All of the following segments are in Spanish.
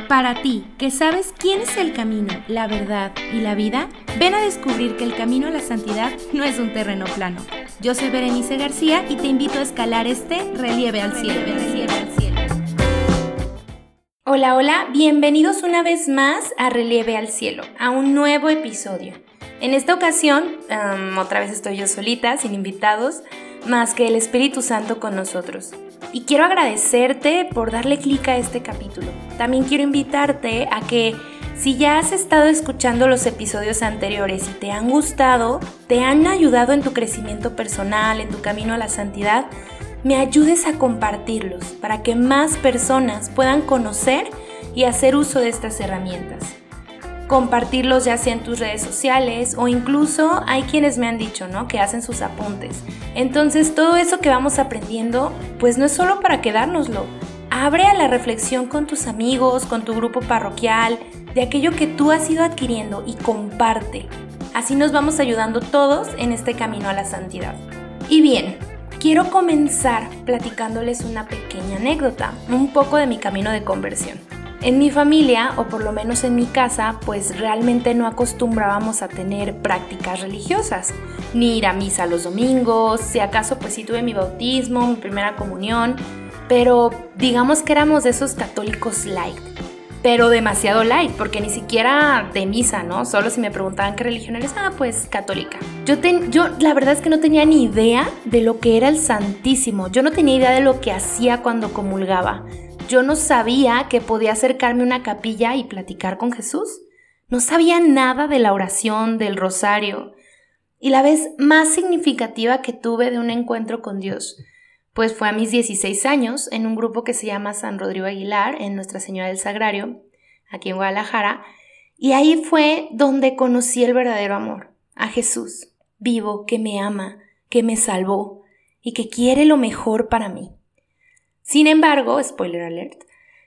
Para ti, que sabes quién es el camino, la verdad y la vida, ven a descubrir que el camino a la santidad no es un terreno plano. Yo soy Berenice García y te invito a escalar este relieve al cielo. Hola, bienvenidos una vez más a Relieve al Cielo, a un nuevo episodio. En esta ocasión, otra vez estoy yo solita, sin invitados, más que el Espíritu Santo con nosotros. Y quiero agradecerte por darle clic a este capítulo. También quiero invitarte a que, si ya has estado escuchando los episodios anteriores y te han gustado, te han ayudado en tu crecimiento personal, en tu camino a la santidad, me ayudes a compartirlos para que más personas puedan conocer y hacer uso de estas herramientas. Compartirlos ya sea en tus redes sociales o incluso hay quienes me han dicho, ¿no?, que hacen sus apuntes. Entonces todo eso que vamos aprendiendo, pues no es solo para quedárnoslo. Abre a la reflexión con tus amigos, con tu grupo parroquial, de aquello que tú has ido adquiriendo y comparte. Así nos vamos ayudando todos en este camino a la santidad. Y bien, quiero comenzar platicándoles una pequeña anécdota, un poco de mi camino de conversión. En mi familia, o por lo menos en mi casa, pues realmente no acostumbrábamos a tener prácticas religiosas, ni ir a misa los domingos, si acaso pues sí tuve mi bautismo, mi primera comunión, pero digamos que éramos de esos católicos light, pero demasiado light, porque ni siquiera de misa, ¿no? Solo si me preguntaban qué religión eres, pues católica. Yo la verdad es que no tenía ni idea de lo que era el Santísimo, yo no tenía idea de lo que hacía cuando comulgaba. Yo no sabía que podía acercarme a una capilla y platicar con Jesús. No sabía nada de la oración, del rosario. Y la vez más significativa que tuve de un encuentro con Dios, pues fue a mis 16 años en un grupo que se llama San Rodrigo Aguilar, en Nuestra Señora del Sagrario, aquí en Guadalajara. Y ahí fue donde conocí el verdadero amor, a Jesús, vivo, que me ama, que me salvó y que quiere lo mejor para mí. Sin embargo, spoiler alert,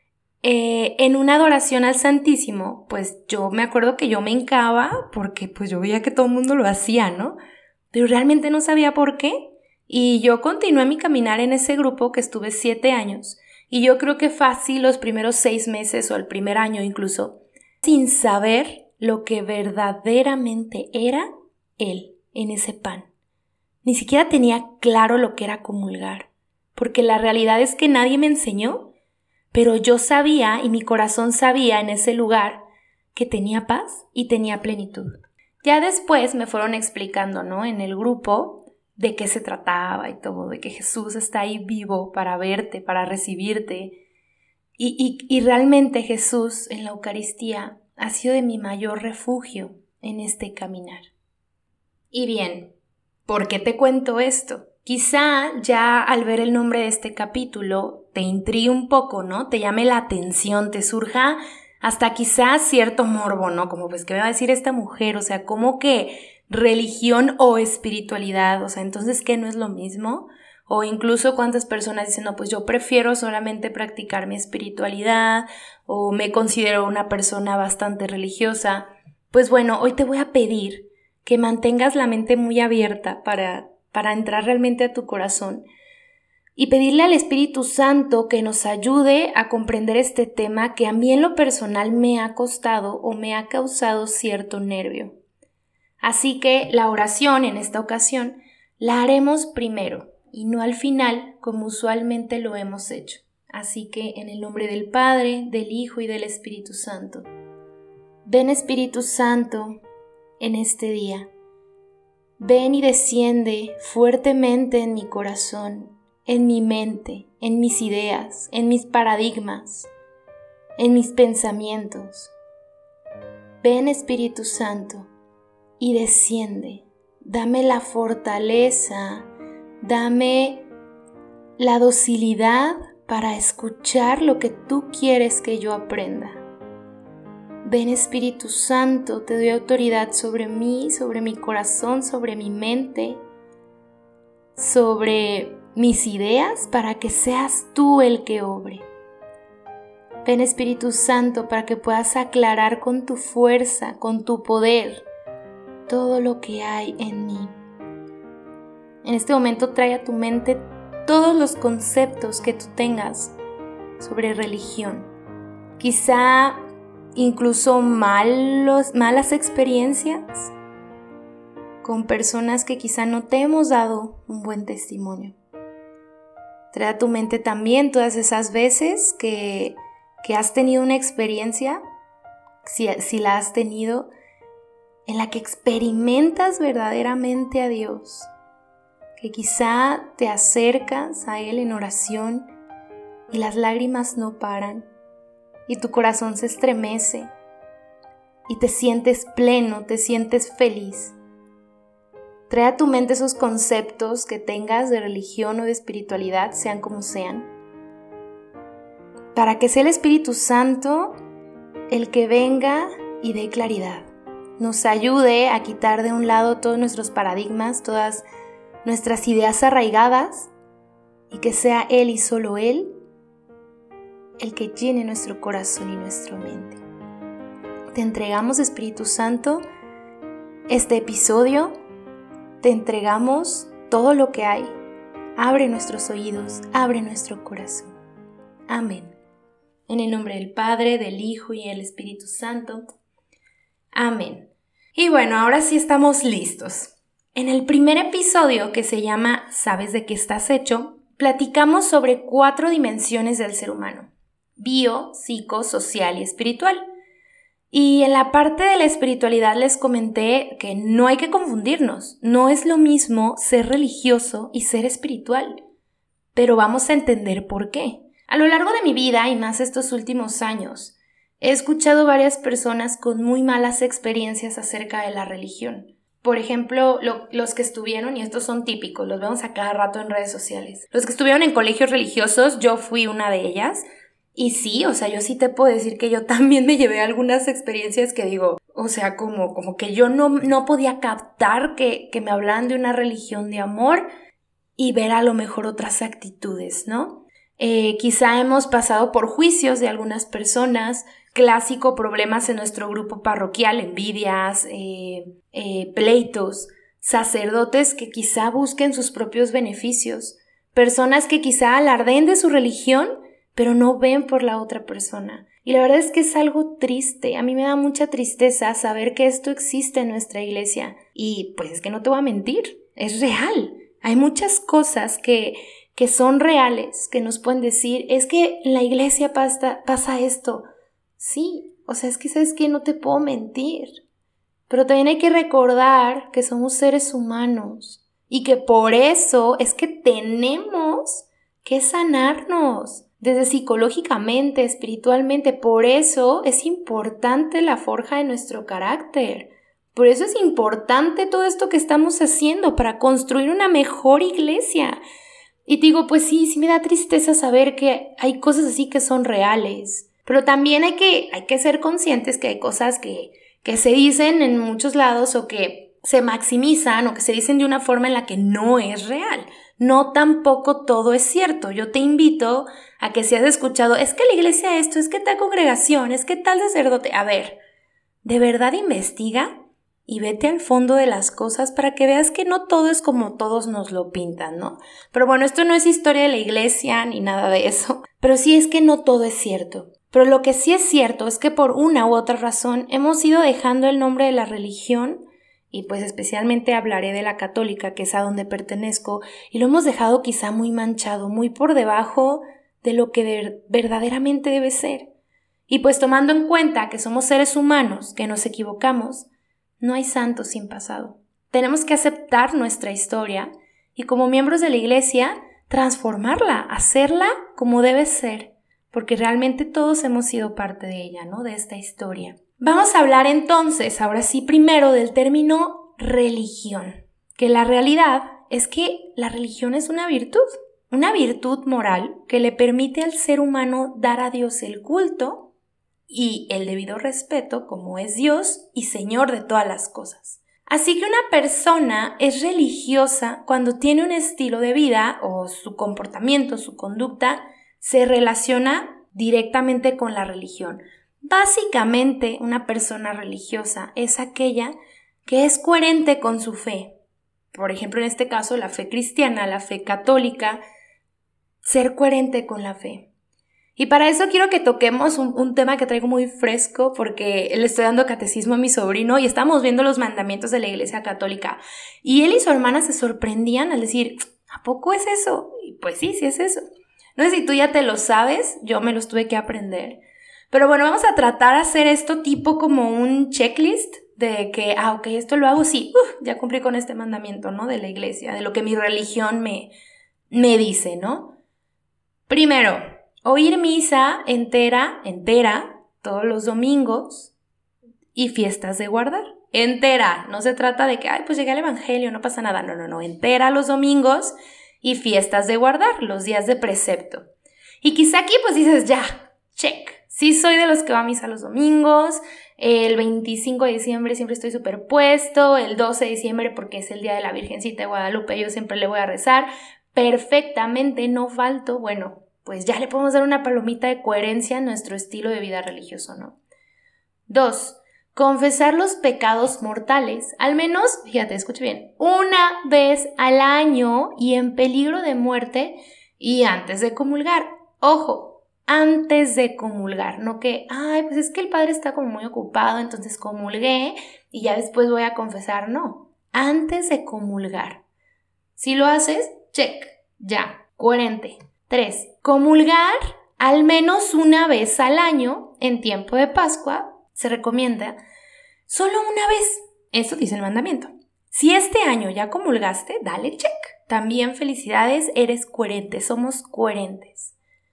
en una adoración al Santísimo, pues yo me acuerdo que yo me hincaba porque pues yo veía que todo el mundo lo hacía, ¿no? Pero realmente no sabía por qué. Y yo continué mi caminar en ese grupo que estuve 7 años. Y yo creo que fácil los primeros 6 meses o el primer año incluso, sin saber lo que verdaderamente era Él en ese pan. Ni siquiera tenía claro lo que era comulgar. Porque la realidad es que nadie me enseñó, pero yo sabía y mi corazón sabía en ese lugar que tenía paz y tenía plenitud. Ya después me fueron explicando, ¿no?, en el grupo de qué se trataba y todo, de que Jesús está ahí vivo para verte, para recibirte. Y realmente Jesús en la Eucaristía ha sido de mi mayor refugio en este caminar. Y bien, ¿por qué te cuento esto? Quizá ya al ver el nombre de este capítulo te intrigue un poco, ¿no? Te llame la atención, te surja hasta quizá cierto morbo, ¿no? Como pues, ¿qué me va a decir esta mujer? O sea, ¿cómo que religión o espiritualidad? O sea, ¿entonces qué no es lo mismo? O incluso cuántas personas dicen, no, pues yo prefiero solamente practicar mi espiritualidad o me considero una persona bastante religiosa. Pues bueno, hoy te voy a pedir que mantengas la mente muy abierta para entrar realmente a tu corazón y pedirle al Espíritu Santo que nos ayude a comprender este tema que a mí en lo personal me ha costado o me ha causado cierto nervio. Así que la oración en esta ocasión la haremos primero y no al final como usualmente lo hemos hecho. Así que en el nombre del Padre, del Hijo y del Espíritu Santo. Ven Espíritu Santo en este día. Ven y desciende fuertemente en mi corazón, en mi mente, en mis ideas, en mis paradigmas, en mis pensamientos. Ven Espíritu Santo y desciende. Dame la fortaleza, dame la docilidad para escuchar lo que tú quieres que yo aprenda. Ven Espíritu Santo, te doy autoridad sobre mí, sobre mi corazón, sobre mi mente, sobre mis ideas, para que seas tú el que obre. Ven Espíritu Santo para que puedas aclarar con tu fuerza, con tu poder, todo lo que hay en mí. En este momento trae a tu mente todos los conceptos que tú tengas sobre religión. quizá incluso malas experiencias con personas que quizá no te hemos dado un buen testimonio. Trae a tu mente también todas esas veces que has tenido una experiencia, si la has tenido, en la que experimentas verdaderamente a Dios, que quizá te acercas a Él en oración y las lágrimas no paran y tu corazón se estremece y te sientes pleno, te sientes feliz. Trae a tu mente esos conceptos que tengas de religión o de espiritualidad, sean como sean, para que sea el Espíritu Santo el que venga y dé claridad. Nos ayude a quitar de un lado todos nuestros paradigmas, todas nuestras ideas arraigadas, y que sea Él y solo Él el que llene nuestro corazón y nuestra mente. Te entregamos, Espíritu Santo, este episodio, te entregamos todo lo que hay. Abre nuestros oídos, abre nuestro corazón. Amén. En el nombre del Padre, del Hijo y del Espíritu Santo. Amén. Y bueno, ahora sí estamos listos. En el primer episodio, que se llama ¿Sabes de qué estás hecho?, platicamos sobre 4 dimensiones del ser humano: bio, psico, social y espiritual. Y en la parte de la espiritualidad les comenté que no hay que confundirnos. No es lo mismo ser religioso y ser espiritual. Pero vamos a entender por qué. A lo largo de mi vida y más estos últimos años, he escuchado varias personas con muy malas experiencias acerca de la religión. Por ejemplo, los que estuvieron, y estos son típicos, los vemos a cada rato en redes sociales. Los que estuvieron en colegios religiosos, yo fui una de ellas. Y sí, o sea, yo sí te puedo decir que yo también me llevé algunas experiencias que digo, o sea, como que yo no podía captar que me hablaran de una religión de amor y ver a lo mejor otras actitudes, ¿no? Quizá hemos pasado por juicios de algunas personas, clásico problemas en nuestro grupo parroquial, envidias, pleitos, sacerdotes que quizá busquen sus propios beneficios, personas que quizá alardeen de su religión, pero no ven por la otra persona. Y la verdad es que es algo triste. A mí me da mucha tristeza saber que esto existe en nuestra iglesia. Y pues es que no te voy a mentir, es real. Hay muchas cosas que son reales, que nos pueden decir, es que en la iglesia pasa esto. Sí, o sea, es que sabes que no te puedo mentir. Pero también hay que recordar que somos seres humanos y que por eso es que tenemos que sanarnos. Desde psicológicamente, espiritualmente, por eso es importante la forja de nuestro carácter. Por eso es importante todo esto que estamos haciendo para construir una mejor iglesia. Y digo, pues sí me da tristeza saber que hay cosas así que son reales. Pero también hay que ser conscientes que hay cosas que se dicen en muchos lados o que se maximizan o que se dicen de una forma en la que no es real. No, tampoco todo es cierto. Yo te invito a que si has escuchado, es que la iglesia esto, es que tal congregación, es que tal sacerdote. A ver, de verdad investiga y vete al fondo de las cosas para que veas que no todo es como todos nos lo pintan, ¿no? Pero bueno, esto no es historia de la iglesia ni nada de eso. Pero sí es que no todo es cierto. Pero lo que sí es cierto es que por una u otra razón hemos ido dejando el nombre de la religión, y pues especialmente hablaré de la católica, que es a donde pertenezco, y lo hemos dejado quizá muy manchado, muy por debajo de lo que verdaderamente debe ser. Y pues tomando en cuenta que somos seres humanos, que nos equivocamos, no hay santos sin pasado. Tenemos que aceptar nuestra historia y como miembros de la iglesia, transformarla, hacerla como debe ser, porque realmente todos hemos sido parte de ella, ¿no? De esta historia. Vamos a hablar entonces, ahora sí, primero del término religión, que la realidad es que la religión es una virtud moral que le permite al ser humano dar a Dios el culto y el debido respeto como es Dios y Señor de todas las cosas. Así que una persona es religiosa cuando tiene un estilo de vida o su comportamiento, su conducta, se relaciona directamente con la religión. Básicamente, una persona religiosa es aquella que es coherente con su fe. Por ejemplo, en este caso, la fe cristiana, la fe católica, ser coherente con la fe. Y para eso quiero que toquemos un tema que traigo muy fresco porque le estoy dando catecismo a mi sobrino y estamos viendo los mandamientos de la Iglesia Católica. Y él y su hermana se sorprendían al decir, ¿a poco es eso? Y pues sí, sí es eso. No sé si tú ya te lo sabes, yo me los tuve que aprender. Pero bueno, vamos a tratar de hacer esto tipo como un checklist de que, ok, esto lo hago, sí, ya cumplí con este mandamiento, ¿no? De la Iglesia, de lo que mi religión me dice, ¿no? Primero, oír misa entera, todos los domingos y fiestas de guardar. Entera, no se trata de que, pues llegué al evangelio, no pasa nada. No, entera los domingos y fiestas de guardar, los días de precepto. Y quizá aquí pues dices, ya, check. Sí soy de los que va a misa los domingos, el 25 de diciembre siempre estoy superpuesto, el 12 de diciembre porque es el día de la Virgencita de Guadalupe, yo siempre le voy a rezar, perfectamente, no falto, bueno, pues ya le podemos dar una palomita de coherencia a nuestro estilo de vida religioso, ¿no? 2. Confesar los pecados mortales, al menos, fíjate, escucha bien, una vez al año y en peligro de muerte y antes de comulgar. Ojo, antes de comulgar, no que, pues es que el padre está como muy ocupado, entonces comulgué y ya después voy a confesar, no, antes de comulgar. Si lo haces, check, ya, coherente. 3. Comulgar al menos una vez al año en tiempo de Pascua, se recomienda solo una vez. Eso dice el mandamiento. Si este año ya comulgaste, dale check. También felicidades, eres coherente, somos coherentes.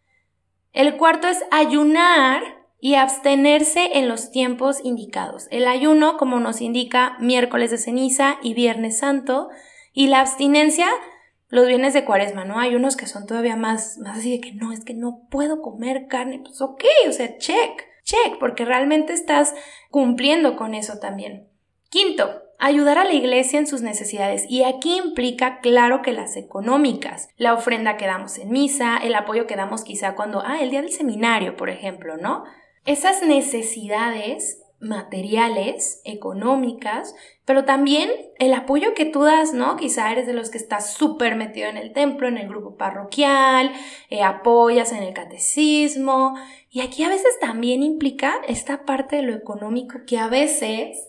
El 4 es ayunar y abstenerse en los tiempos indicados. El ayuno, como nos indica, miércoles de ceniza y viernes santo, y la abstinencia, los viernes de Cuaresma, ¿no? Hay unos que son todavía más así de que no, es que no puedo comer carne. Pues ok, o sea, check, porque realmente estás cumpliendo con eso también. 5, ayudar a la iglesia en sus necesidades. Y aquí implica, claro, que las económicas. La ofrenda que damos en misa, el apoyo que damos quizá cuando, el día del seminario, por ejemplo, ¿no? Esas necesidades materiales, económicas, pero también el apoyo que tú das, ¿no? Quizá eres de los que estás súper metido en el templo, en el grupo parroquial, apoyas en el catecismo, y aquí a veces también implica esta parte de lo económico que a veces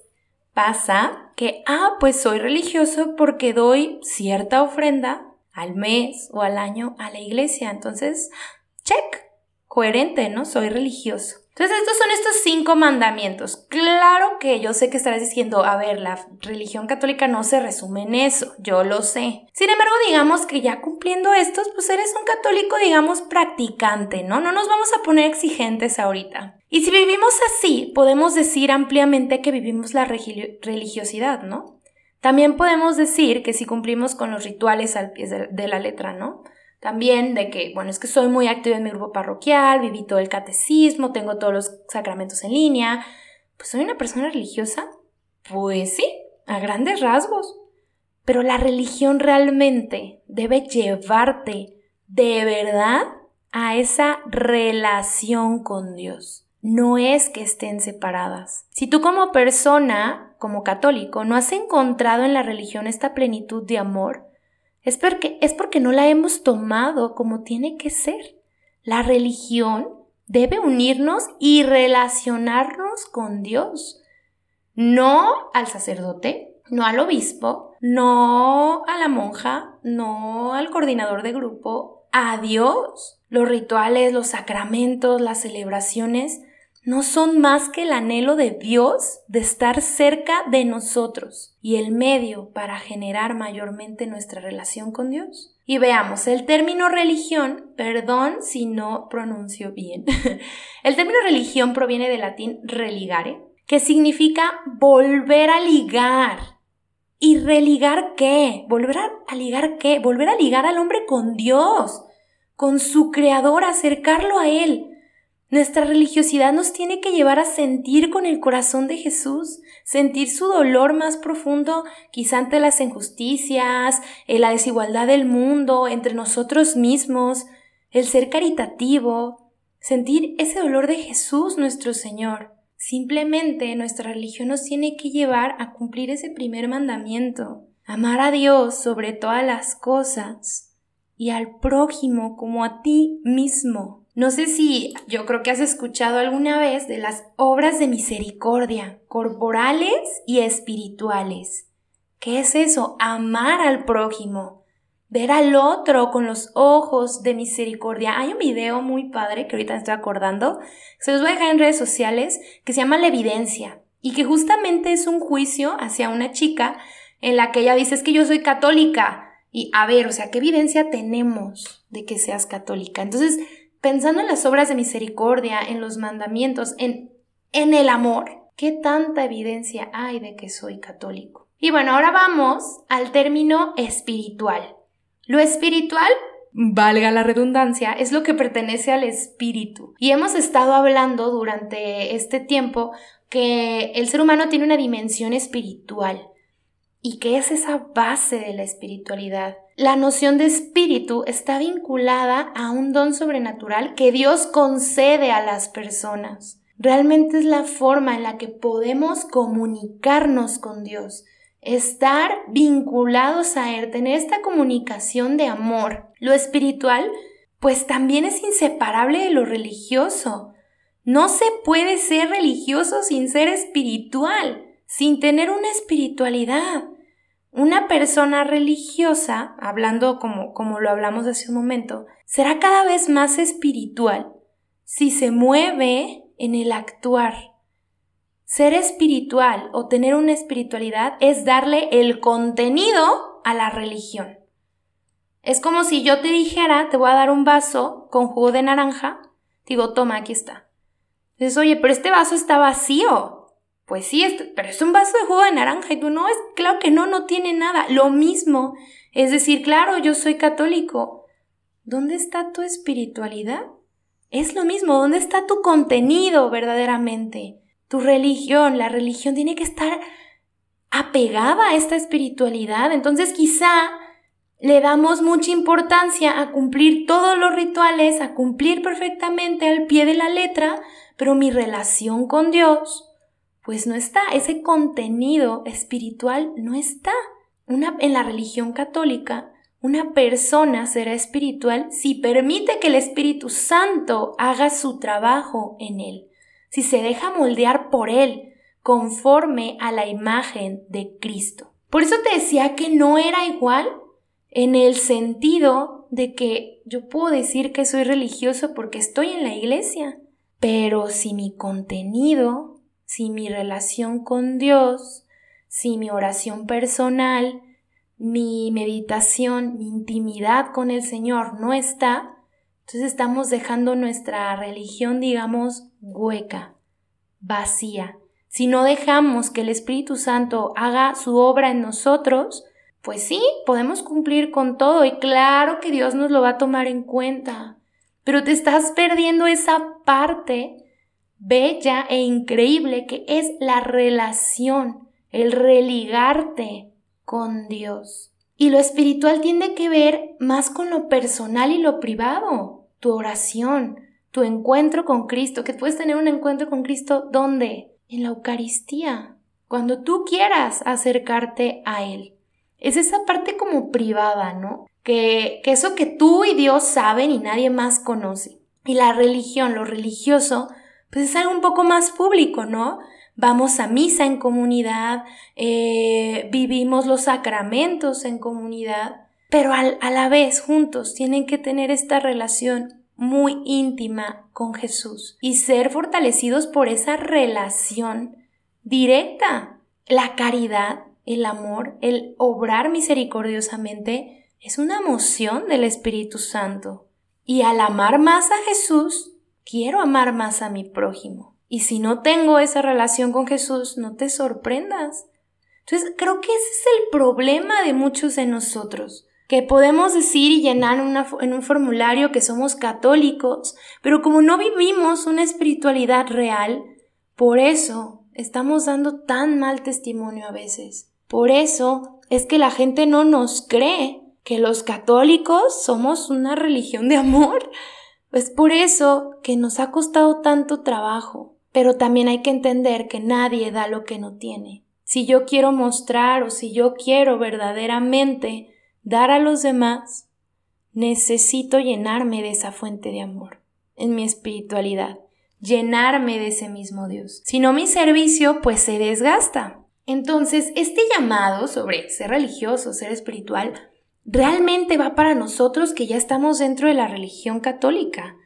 pasa que, pues soy religioso porque doy cierta ofrenda al mes o al año a la iglesia, entonces, check, coherente, ¿no? Soy religioso. Entonces, estos son estos 5 mandamientos. Claro que yo sé que estarás diciendo, a ver, la religión católica no se resume en eso, yo lo sé. Sin embargo, digamos que ya cumpliendo estos, pues eres un católico, digamos, practicante, ¿no? No nos vamos a poner exigentes ahorita. Y si vivimos así, podemos decir ampliamente que vivimos la religiosidad, ¿no? También podemos decir que si cumplimos con los rituales al pie de la letra, ¿no? También de que, es que soy muy activa en mi grupo parroquial, viví todo el catecismo, tengo todos los sacramentos en línea. Pues soy una persona religiosa. Pues sí, a grandes rasgos. Pero la religión realmente debe llevarte de verdad a esa relación con Dios. No es que estén separadas. Si tú como persona, como católico, no has encontrado en la religión esta plenitud de amor, es porque no la hemos tomado como tiene que ser. La religión debe unirnos y relacionarnos con Dios. No al sacerdote, no al obispo, no a la monja, no al coordinador de grupo, a Dios. Los rituales, los sacramentos, las celebraciones no son más que el anhelo de Dios de estar cerca de nosotros y el medio para generar mayormente nuestra relación con Dios. Y veamos, el término religión, perdón si no pronuncio bien, el término religión proviene del latín religare, que significa volver a ligar. ¿Y religar qué? ¿Volver a ligar qué? Volver a ligar al hombre con Dios, con su creador, acercarlo a Él. Nuestra religiosidad nos tiene que llevar a sentir con el corazón de Jesús, sentir su dolor más profundo, quizá ante las injusticias, la desigualdad del mundo, entre nosotros mismos, el ser caritativo, sentir ese dolor de Jesús nuestro Señor. Simplemente nuestra religión nos tiene que llevar a cumplir ese primer mandamiento, amar a Dios sobre todas las cosas y al prójimo como a ti mismo. No sé si yo creo que has escuchado alguna vez de las obras de misericordia, corporales y espirituales. ¿Qué es eso? Amar al prójimo, ver al otro con los ojos de misericordia. Hay un video muy padre que ahorita me estoy acordando, se los voy a dejar en redes sociales, que se llama La Evidencia y que justamente es un juicio hacia una chica en la que ella dice, es que yo soy católica. Y a ver, o sea, ¿qué evidencia tenemos de que seas católica? Entonces, pensando en las obras de misericordia, en los mandamientos, en el amor, ¿qué tanta evidencia hay de que soy católico? Y bueno, ahora vamos al término espiritual. Lo espiritual, valga la redundancia, es lo que pertenece al espíritu. Y hemos estado hablando durante este tiempo que el ser humano tiene una dimensión espiritual. ¿Y qué es esa base de la espiritualidad? La noción de espíritu está vinculada a un don sobrenatural que Dios concede a las personas. Realmente es la forma en la que podemos comunicarnos con Dios, estar vinculados a Él, tener esta comunicación de amor. Lo espiritual, pues también es inseparable de lo religioso. No se puede ser religioso sin ser espiritual, sin tener una espiritualidad. Una persona religiosa, hablando como lo hablamos hace un momento, será cada vez más espiritual si se mueve en el actuar. Ser espiritual o tener una espiritualidad es darle el contenido a la religión. Es como si yo te dijera, te voy a dar un vaso con jugo de naranja, digo, toma, aquí está. Dices, oye, pero este vaso está vacío. Pues sí, pero es un vaso de jugo de naranja y tú no, claro que no tiene nada. Lo mismo, es decir, claro, yo soy católico. ¿Dónde está tu espiritualidad? Es lo mismo, ¿dónde está tu contenido verdaderamente? Tu religión, la religión tiene que estar apegada a esta espiritualidad. Entonces quizá le damos mucha importancia a cumplir todos los rituales, a cumplir perfectamente al pie de la letra, pero mi relación con Dios pues no está, ese contenido espiritual no está. En la religión católica, una persona será espiritual si permite que el Espíritu Santo haga su trabajo en él, si se deja moldear por él, conforme a la imagen de Cristo. Por eso te decía que no era igual en el sentido de que yo puedo decir que soy religioso porque estoy en la iglesia, pero si mi contenido, si mi relación con Dios, si mi oración personal, mi meditación, mi intimidad con el Señor no está, entonces estamos dejando nuestra religión, digamos, hueca, vacía. Si no dejamos que el Espíritu Santo haga su obra en nosotros, pues sí, podemos cumplir con todo y claro que Dios nos lo va a tomar en cuenta, pero te estás perdiendo esa parte bella e increíble que es la relación, el religarte con Dios. Y lo espiritual tiene que ver más con lo personal y lo privado, tu oración, tu encuentro con Cristo, que puedes tener un encuentro con Cristo, ¿dónde? En la Eucaristía, cuando tú quieras acercarte a Él. Es esa parte como privada, ¿no? Que eso que tú y Dios saben y nadie más conoce. Y la religión, lo religioso, pues es algo un poco más público, ¿no? Vamos a misa en comunidad, vivimos los sacramentos en comunidad, pero a la vez juntos tienen que tener esta relación muy íntima con Jesús y ser fortalecidos por esa relación directa. La caridad, el amor, el obrar misericordiosamente es una moción del Espíritu Santo. Y al amar más a Jesús, quiero amar más a mi prójimo. Y si no tengo esa relación con Jesús, no te sorprendas. Entonces, creo que ese es el problema de muchos de nosotros, que podemos decir y llenar en un formulario que somos católicos, pero como no vivimos una espiritualidad real, por eso estamos dando tan mal testimonio a veces. Por eso es que la gente no nos cree que los católicos somos una religión de amor. Es por eso que nos ha costado tanto trabajo, pero también hay que entender que nadie da lo que no tiene. Si yo quiero mostrar o si yo quiero verdaderamente dar a los demás, necesito llenarme de esa fuente de amor. en mi espiritualidad, llenarme de ese mismo Dios. Si no, mi servicio pues se desgasta. Entonces, este llamado sobre ser religioso, ser espiritual, realmente va para nosotros que ya estamos dentro de la religión católica,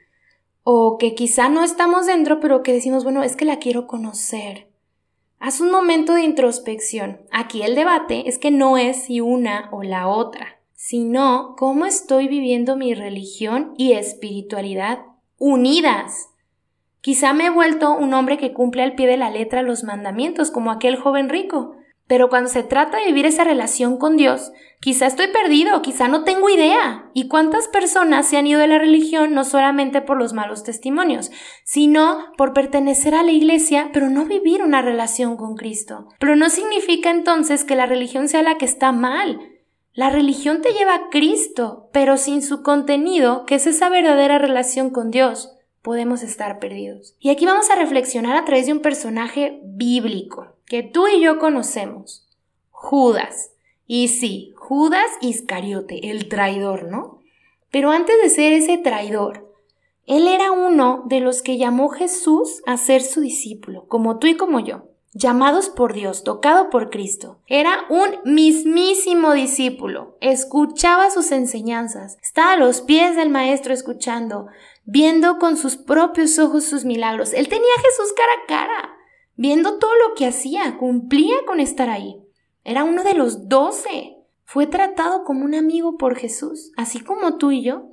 o que quizá no estamos dentro, pero que decimos, bueno, es que la quiero conocer. Haz un momento de introspección. Aquí el debate es que no es si una o la otra, sino cómo estoy viviendo mi religión y espiritualidad unidas. Quizá me he vuelto un hombre que cumple al pie de la letra los mandamientos, como aquel joven rico. Pero cuando se trata de vivir esa relación con Dios, quizá estoy perdido, quizá no tengo idea. ¿Y cuántas personas se han ido de la religión no solamente por los malos testimonios, sino por pertenecer a la iglesia, pero no vivir una relación con Cristo? Pero no significa entonces que la religión sea la que está mal. La religión te lleva a Cristo, pero sin su contenido, que es esa verdadera relación con Dios, podemos estar perdidos. Y aquí vamos a reflexionar a través de un personaje bíblico que tú y yo conocemos, Judas. Y sí, Judas Iscariote, el traidor, ¿no? Pero antes de ser ese traidor, él era uno de los que llamó Jesús a ser su discípulo, como tú y como yo, llamados por Dios, tocado por Cristo. Era un mismísimo discípulo, escuchaba sus enseñanzas, estaba a los pies del maestro escuchando, viendo con sus propios ojos sus milagros. Él tenía a Jesús cara a cara, viendo todo lo que hacía, cumplía con estar ahí. Era uno de los 12. Fue tratado como un amigo por Jesús, así como tú y yo.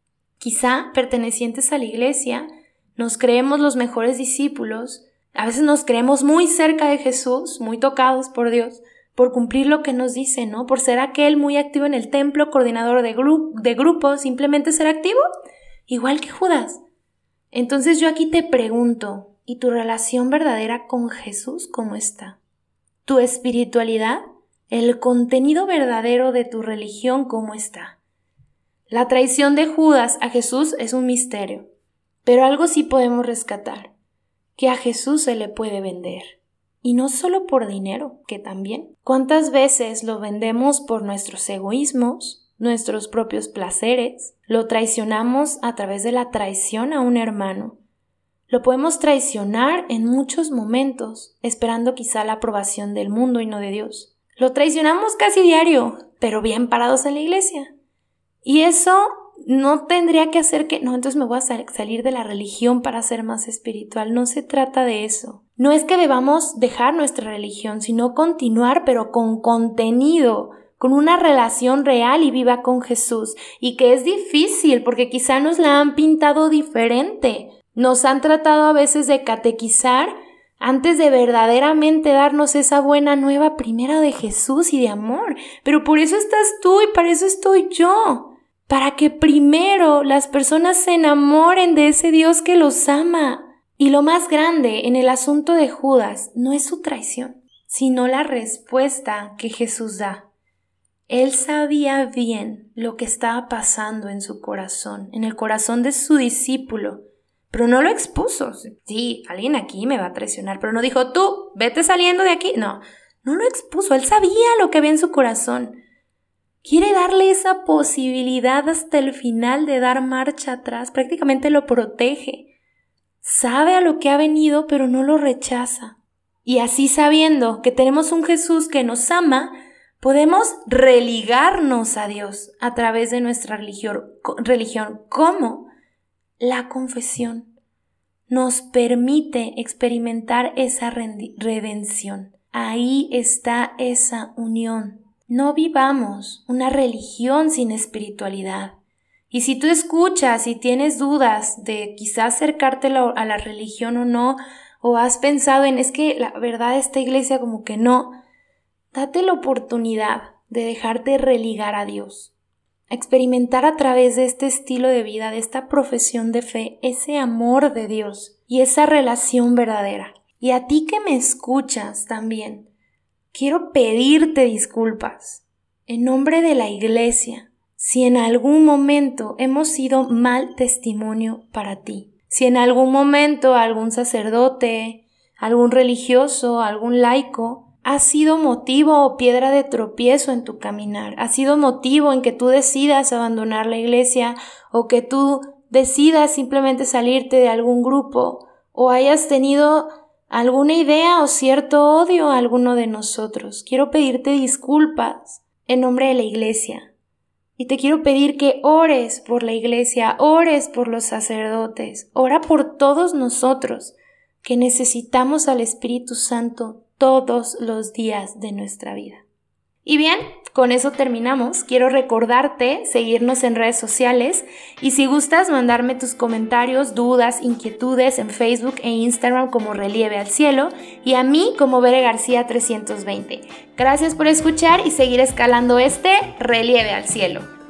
Quizá, pertenecientes a la iglesia, nos creemos los mejores discípulos. A veces nos creemos muy cerca de Jesús, muy tocados por Dios, por cumplir lo que nos dice, ¿no? Por ser aquel muy activo en el templo, coordinador de grupo, simplemente ser activo. Igual que Judas. Entonces yo aquí te pregunto, ¿y tu relación verdadera con Jesús cómo está? ¿Tu espiritualidad? ¿El contenido verdadero de tu religión cómo está? La traición de Judas a Jesús es un misterio, pero algo sí podemos rescatar, que a Jesús se le puede vender. Y no solo por dinero, que también. ¿Cuántas veces lo vendemos por nuestros egoísmos, nuestros propios placeres? Lo traicionamos a través de la traición a un hermano. Lo podemos traicionar en muchos momentos, esperando quizá la aprobación del mundo y no de Dios. Lo traicionamos casi diario, pero bien parados en la iglesia. Y eso no tendría que hacer que, no, entonces me voy a salir de la religión para ser más espiritual. No se trata de eso. No es que debamos dejar nuestra religión, sino continuar, pero con contenido, con una relación real y viva con Jesús, y que es difícil porque quizá nos la han pintado diferente. Nos han tratado a veces de catequizar antes de verdaderamente darnos esa buena nueva primera de Jesús y de amor. Pero por eso estás tú y para eso estoy yo. Para que primero las personas se enamoren de ese Dios que los ama. Y lo más grande en el asunto de Judas no es su traición, sino la respuesta que Jesús da. Él sabía bien lo que estaba pasando en su corazón, en el corazón de su discípulo, pero no lo expuso. Sí, alguien aquí me va a traicionar, pero no dijo, tú, vete saliendo de aquí. No lo expuso, él sabía lo que había en su corazón. Quiere darle esa posibilidad hasta el final de dar marcha atrás, prácticamente lo protege. Sabe a lo que ha venido, pero no lo rechaza. Y así, sabiendo que tenemos un Jesús que nos ama, podemos religarnos a Dios a través de nuestra religión. ¿Cómo? La confesión nos permite experimentar esa redención. Ahí está esa unión. No vivamos una religión sin espiritualidad. Y si tú escuchas y tienes dudas de quizás acercarte a la religión o no, o has pensado en, es que la verdad esta iglesia como que no, date la oportunidad de dejarte religar a Dios, experimentar a través de este estilo de vida, de esta profesión de fe, ese amor de Dios y esa relación verdadera. Y a ti que me escuchas también, quiero pedirte disculpas en nombre de la iglesia si en algún momento hemos sido mal testimonio para ti. Si en algún momento algún sacerdote, algún religioso, algún laico ha sido motivo o piedra de tropiezo en tu caminar, ha sido motivo en que tú decidas abandonar la iglesia o que tú decidas simplemente salirte de algún grupo o hayas tenido alguna idea o cierto odio a alguno de nosotros. Quiero pedirte disculpas en nombre de la iglesia. Y te quiero pedir que ores por la iglesia, ores por los sacerdotes, ora por todos nosotros que necesitamos al Espíritu Santo todos los días de nuestra vida. Y bien, con eso terminamos. Quiero recordarte seguirnos en redes sociales y si gustas mandarme tus comentarios, dudas, inquietudes en Facebook e Instagram como Relieve al Cielo y a mí como Bere García 320. Gracias por escuchar y seguir escalando este Relieve al Cielo.